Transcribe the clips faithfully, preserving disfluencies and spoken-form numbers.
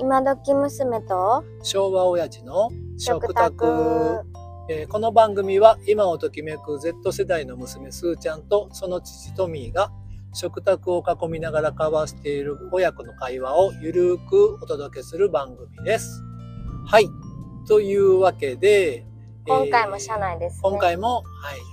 今時娘と昭和親父の食食卓卓。 えーこの番組は今をときめく Z 世代の娘すーちゃんとその父トミーが食卓を囲みながら交わしている親子の会話をゆるくお届けする番組です。はい。というわけで、 今回も社内ですね。 今回も、はい、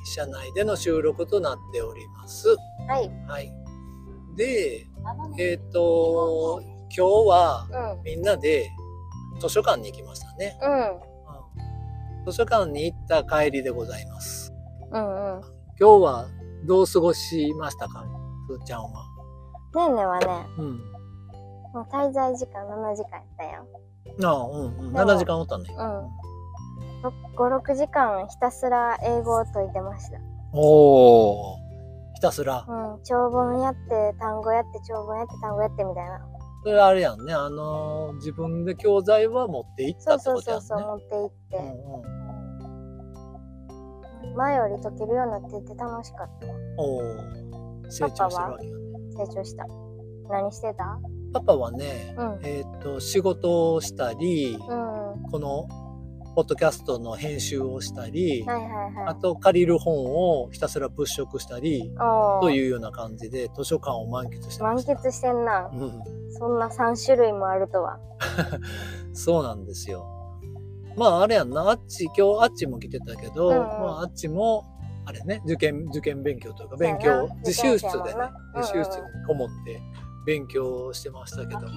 社内での収録となっております。 はい。 はい。で、えっ、と、今日はうん。 みんなで図書館に行きましたね。 うん。 図書館に行った帰りでございます。 うんうん。 今日はどう過ごしましたか、すーちゃんは。 ねえねえはね、 うん。 もう滞在時間ななじかんやったよ。 ああ、うんうん。 でもななじかんおったね。 うん。ご、ろくじかんひたすら英語を解いてました。 おお。ひたすら。 うん。長文やって、単語やって、長文やって、単語やってみたいな。 それあれやんね。あのー、自分で教材は持って行ったそうってことやんね。 そうそうそう、持って行って。 うんうん。 うん前より解けるようになってて楽しかったわ。 おお。成長してるわけよね。 成長した。何してた？ パパはね、 うん。 えっと、仕事をしたり、 うん。 この、ポッドキャストの編集をしたり、 はいはいはい。 あと借りる本をひたすら物色したりおーというような感じで図書館を満喫してました。 満喫してんな。 うん、 そんなさんしゅるいもあるとは。 そうなんですよ。まああれやんな、あっち今日あっちも来てたけど、 うんうんまああっちもあれね、受験受験勉強というか勉そうやな強自習室でね受験生やもんな、 自習室にこもって勉強してましたけど、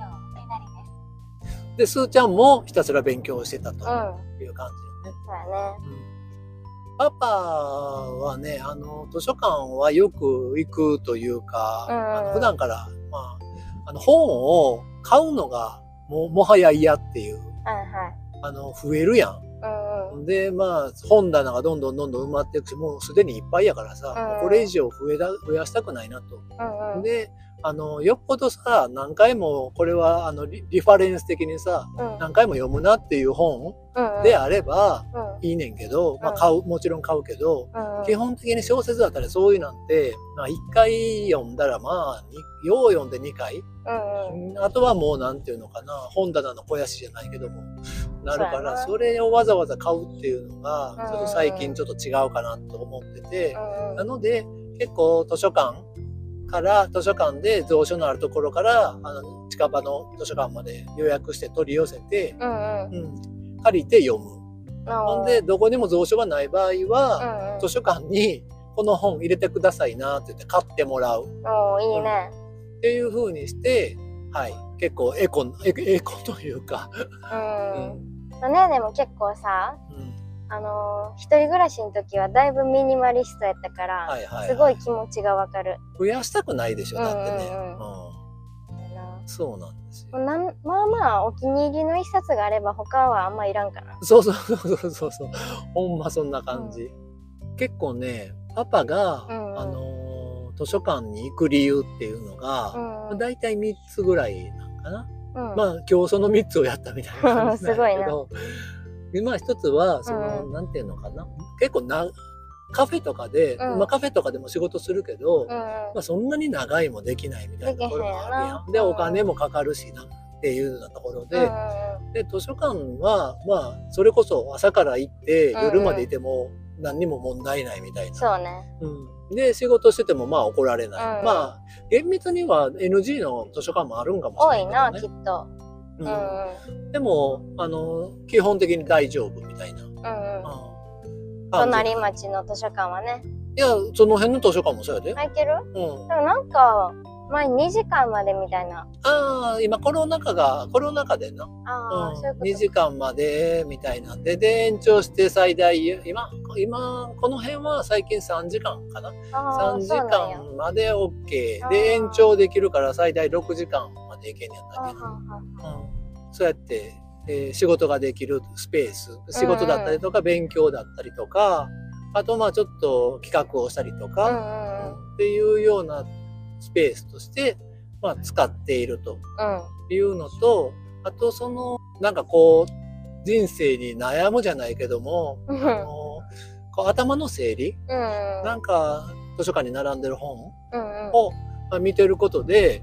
で、すーちゃんもひたすら勉強してたとうん。 いう感じよね。 そうやね。 パパはね、あの、図書館はよく行くというか、 うんうんあの普段から、まあ、あの本を買うのがももはや嫌っていう、 はいはい。 あの、増えるやうんうん。 ん。で、まあ、本棚がどんどんどんどん埋まっていくし、もうすでにいっぱいやからさ、 うんこれ以上増えだ増やしたくないなと。 うんうん。 で、あの、よっぽどさ、何回も、これは、あの、リリファレンス的にさ、 うん何回も読むなっていう本うんうん。 であればうんいいねんけど、まあ、 うん買う、もちろん買うけど、 うんうん。 基本的に小説だったらそういうなんて、まあ、いっかい読んだら、まあ、によう読んでにかい、 うんうん。 あとはもうなんていうのかな、本棚の肥やしじゃないけども、なるから、 そそれをわざわざ買うっていうのがうん、 ちょっと最近ちょっと違うかなと思ってて、 うんうん。 なので、結構図書館から、図書館で蔵書のあるところから、あの、近場の図書館まで予約して取り寄せて、 うんうん。 うん、借りて読む。ほんで、どこにも蔵書がない場合は、 うんうん。 図書館にこの本入れてくださいなって言って買ってもらうおー、いいね。 っていう風にして、はい、結構エコ、エコエコというか、 うん。ねえねえも結構さ、 うん、 あのー、一人暮らしの時はだいぶミニマリストやったから、 はいはいはいすごい気持ちがわかる。 増やしたくないでしょ、だってね。 うんうんうんなそうなんですよ。 なんまあまあお気に入りの一冊があれば他はあんまいらんかな。 そうそうそうそうそうそう。ほんまそんな感じ。結構ね、パパが、 うんうんあのー図書館に行く理由っていうのが、 うんだいたいみっつぐらいなんかな。 うん、 まあ今日そのみっつをやったみたいな感じなんだけど、でまあ一つは、その、 うんなんていうのかな。結構な、カフェとかで、 うんまあカフェとかでも仕事するけど、 うんまあそんなに長いもできないみたいなところもあるやん。で、 できへんよなお金もかかるしなっていうようなところで、 うんうんで、図書館は、まあ、それこそ朝から行って、 うんうん夜までいても何にも問題ないみたいな。 そうね。 うん。で、仕事しててもまあ怒られない。 うんまあ、厳密には エヌジー の図書館もあるんかもし多れいなきないけどね。 っと。 ううんうんん。でも、あの、基本的に大丈夫みたいな。 うんうん。 うん。 隣町の図書館はね。 いや、その辺の図書館もそうやで。 空いてる？ うん。 でもなんか前にじかんまでみたいな。 ああ、今コロナ禍が、コロナ禍でな。 ああ、 うんそういうこと。 にじかんまでみたいなんで、で、延長して最大、今、今、この辺は最近さんじかんかな。 あ 3時ーそうなんや。 間まで OK あーで延長できるから最大ろくじかんまでいけんやったけど、 あははうん、そうやって、えー仕事ができるスペース、仕事だったりとか勉強だったりとか、あとまあちょっと企画をしたりとうんか、 うんうんっていうようなスペースとして、まあ、使っているというのと、あとそのなんかこう人生に悩むじゃないけども、 うん。 あのこう頭の整理、 うんうん。 なんか図書館に並んでる本うんうん。 をまあ見てることで、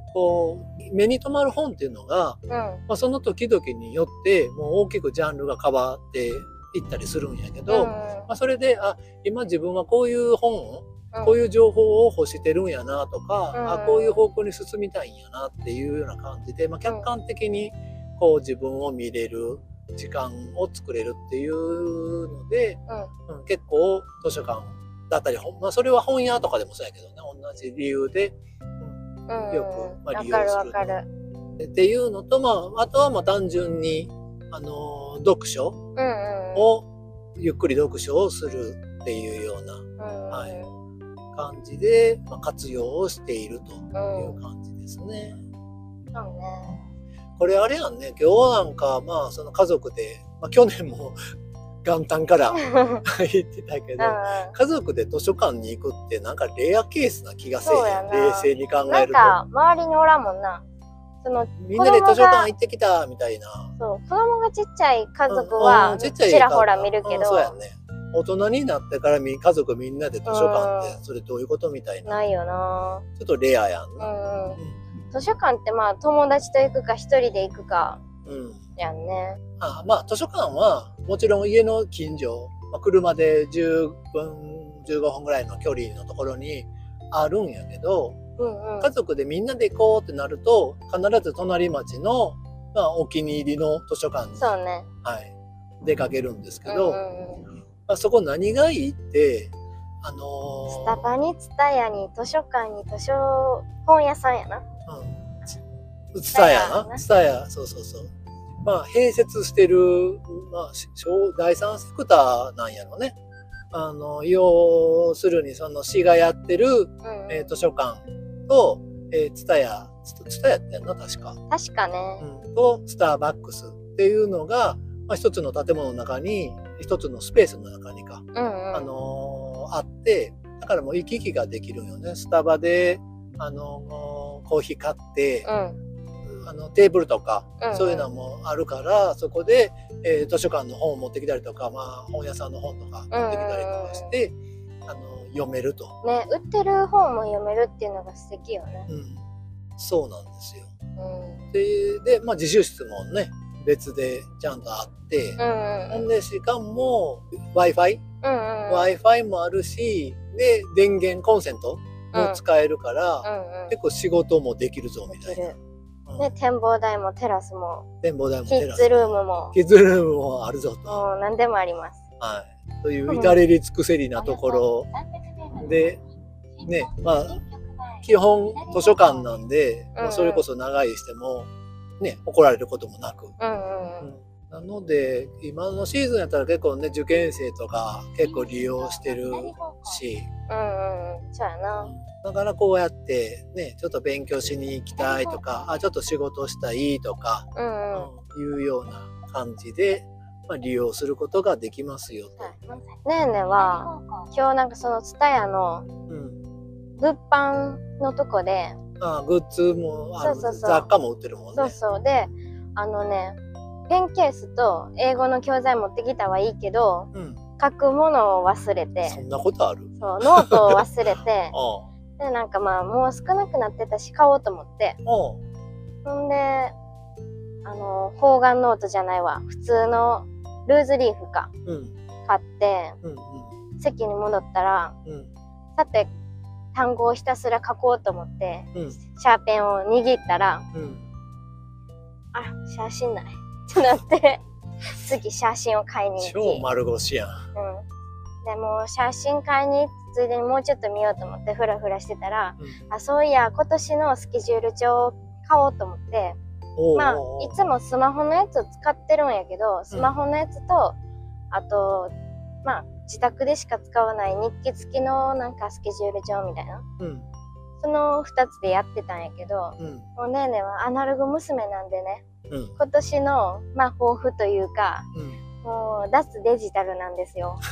こう目に留まる本っていうのが、 うんまあ、その時々によってもう大きくジャンルが変わっていったりするんやけど、 うんまあ、それであ今自分はこういう本うんこういう情報を欲してるんやなとか、 うんあこういう方向に進みたいんやなっていうような感じで、まあ、客観的にこう自分を見れる時間を作れるっていうので、 うんうん、結構図書館だったり、まあ、それは本屋とかでもそうやけどね、同じ理由で、うんうんよく、まあ、 わかる利用するわかる。 っていうのと、まあ、あとはまあ単純に、あの読書うんうんをゆっくり読書をするっていうようなうんはい感じで、まあ、活用をしているという感じですね。 そうね。 これあれやんね、今日なんかまあその家族で、まあ、去年も元旦から言ってたけど、家族で図書館に行くってなんかレアケースな気がせえそうやへん、 な冷静に考なんえると。 か周りにおらんもんな。そのみんなで図書館行ってきたみたいな。 そう子供がちっちゃい家族うんはうんちっちゃいちらほら見るけど、 うんそうやね。大人になってからみ家族みんなで図書館ってそれどういうことみたいな。 ないよな。 ちょっとレアやんうな。 んうん。図書館ってまあ友達と行くか一人で行くかうん。うんやんね。 あまあ図書館はもちろん家の近所、まあ、車でじゅっぷんじゅうごふんぐらいの距離のところにあるんやけど、 うんうん。 家族でみんなで行こうってなると必ず隣町の、まあ、お気に入りの図書館に、 そうね。 はい、出かけるんですけど、 うんうんうんまあ、そこ何がいいってあのースタバにツタヤに図書館に図書本屋さんやな。 うん、ツタヤなツタヤそうそうそうまあ併設してる、まあ、小第三セクターなんやろね。あの要するにその市がやってる、 うんうんえー図書館と、えー、ツタヤツタヤってやんな確か、 確かね。 うん、とスターバックスっていうのが、まあ、一つの建物の中に一つのスペースの中にか、 うんうん。 あのーあってだからもう行き来ができるよね。スタバで、あのーコーヒー買って、 うんあのテーブルとか、 うんうんそういうのもあるからそこで、えー図書館の本を持ってきたりとか、まあ、本屋さんの本とか持ってきたりとかして、あの読めると、 ね、売ってる本も読めるっていうのが素敵よね。 うん、そうなんですよ。 うんで、でまあ、自習室もね別でちゃんとあって、 うんうんほんでしかも Wi-Fi、 うんうんうん Wi-Fi もあるしで電源コンセントも使えるから、 うんうん結構仕事もできるぞみたいな。 できるうんね、展望台もテラスも展望台もキテラスッズルームもキッズルームもあるぞと。 もう何でもあります。 はい、という至れり尽くせりなところで、ね、まあ基本図書館なんで、まあ、それこそ長居しても、ね、怒られることもなく、 うんうんうんなので今のシーズンやったら結構ね受験生とか結構利用してるし、 うんうんうんそうやな。 だからこうやってねちょっと勉強しに行きたいとかあちょっと仕事したいとか、 うんうんうんいうような感じで、まあ、利用することができますよと。 ねえねえは今日なんかそのツタヤのうん物販のとこで、 ああグッズもあるそうそうそう雑貨も売ってるもんね。 そうそうであのねペンケースと英語の教材持ってきたはいいけどうん、 書くものを忘れてそんなことある？ そうノートを忘れてあでなんかまあもう少なくなってたし買おうと思ってあ、あほんであの方眼ノートじゃないわ普通のルーズリーフかあ、うん、 買ってうん、 席に戻ったらうん、うん、 さて単語をひたすら書こうと思ってうん、 シャーペンを握ったらうん。 あ写真ないってなって次写真を買いに行き超丸腰やん。 うん、でも写真買いに行ってついでにもうちょっと見ようと思ってフラフラしてたら、 うん、 あそういや今年のスケジュール帳を買おうと思っておうまあおうおういつもスマホのやつを使ってるんやけどスマホのやつと、あとまあ自宅でしか使わない日記付きのなんかスケジュール帳みたいなうん、 そのふたつでやってたんやけど、 うん、 もうねーねーはアナログ娘なんでねうん、 今年のまあ抱負というかうん。 もう脱デジタルなんですよ。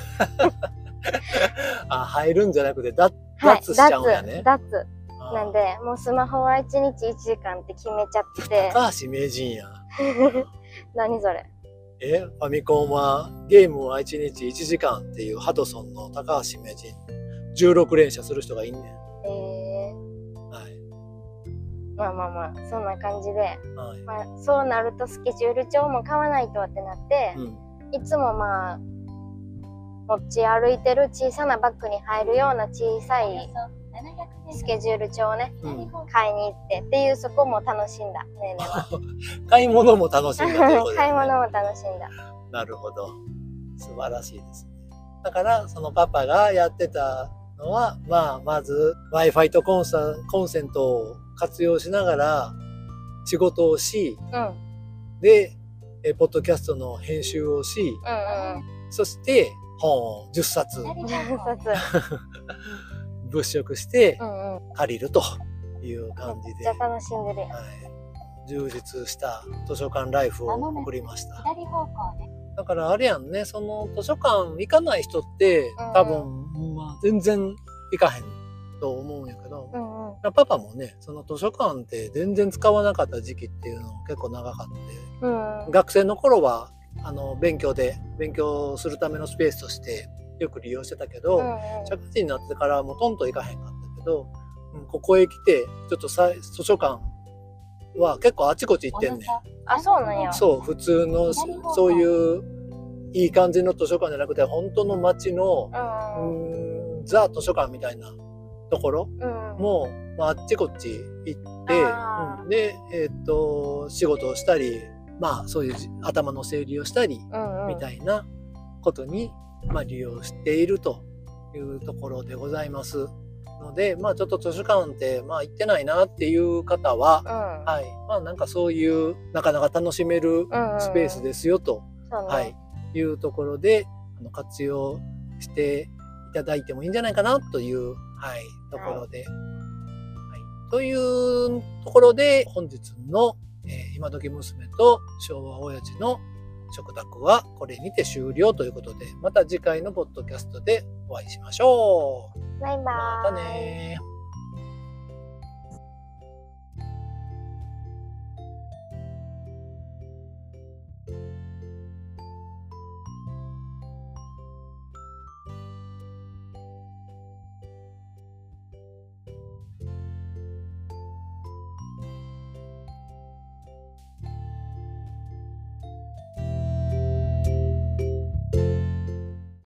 あ、入るんじゃなくて脱はい、 脱しちゃうんやね。 脱脱あなんでもうスマホはいちにちいちじかんって決めちゃってて高橋名人や。 何それえ、ファミコンはゲームはいちにちいちじかんっていうハドソンの高橋名人じゅうろく連射する人がいんねん。 えはい。 ー、 まあまあまあそんな感じで、 はいまあ、そうなるとスケジュール帳も買わないとってなって、 うんいつもまあ持ち歩いてる小さなバッグに入るような小さいスケジュール帳をね、 うん、 買いに行ってっていう、そこも楽しんだねーねは買い物も楽しんだということですね。 買い物も楽しんだ。 なるほど、素晴らしいですね。だからそのパパがやってたのは、まあまず Wi-Fi とコンサコンセントを活用しながら仕事をし、 うん、 でえポッドキャストの編集をし、 うんうんそして本をじゅっさつ物色してうんうん、 借りるという感じで、 めっちゃ楽しんでる。 はい、充実した図書館ライフを送りました。だからあれやんね、その図書館行かない人って多分、まあ、全然行かへんと思うんやけど、 うんうん、 パパもね、その図書館って全然使わなかった時期っていうの結構長かって、 うんうん、 学生の頃はあの勉強で勉強するためのスペースとしてよく利用してたけど、 うんうん、 社会人になってからもうとんと行かへんかったけど、うん、ここへ来てちょっとさ図書館は結構あちこち行ってんねん。 あ、そうなんや。 そう、普通のそういういい感じの図書館じゃなくて、本当の街の、 うんうーん、ザ図書館みたいなところうん、 も、まあ、あっちこっち行って、うん、で、えーっと仕事をしたり、まあそういう頭の整理をしたり、 うんうん、 みたいなことに、まあ、利用しているというところでございますので、まあちょっと図書館ってまあ行ってないなっていう方は、 うん、 はい、まあなんかそういうなかなか楽しめるスペースですよと、 うんうん、 はい、いうところであの活用していただいてもいいんじゃないかなという、はい、ところで、はいはい、というところで本日の、えー、今時娘と昭和親父の食卓はこれにて終了ということで、また次回のポッドキャストでお会いしましょう。 バイバーイ。 またねー。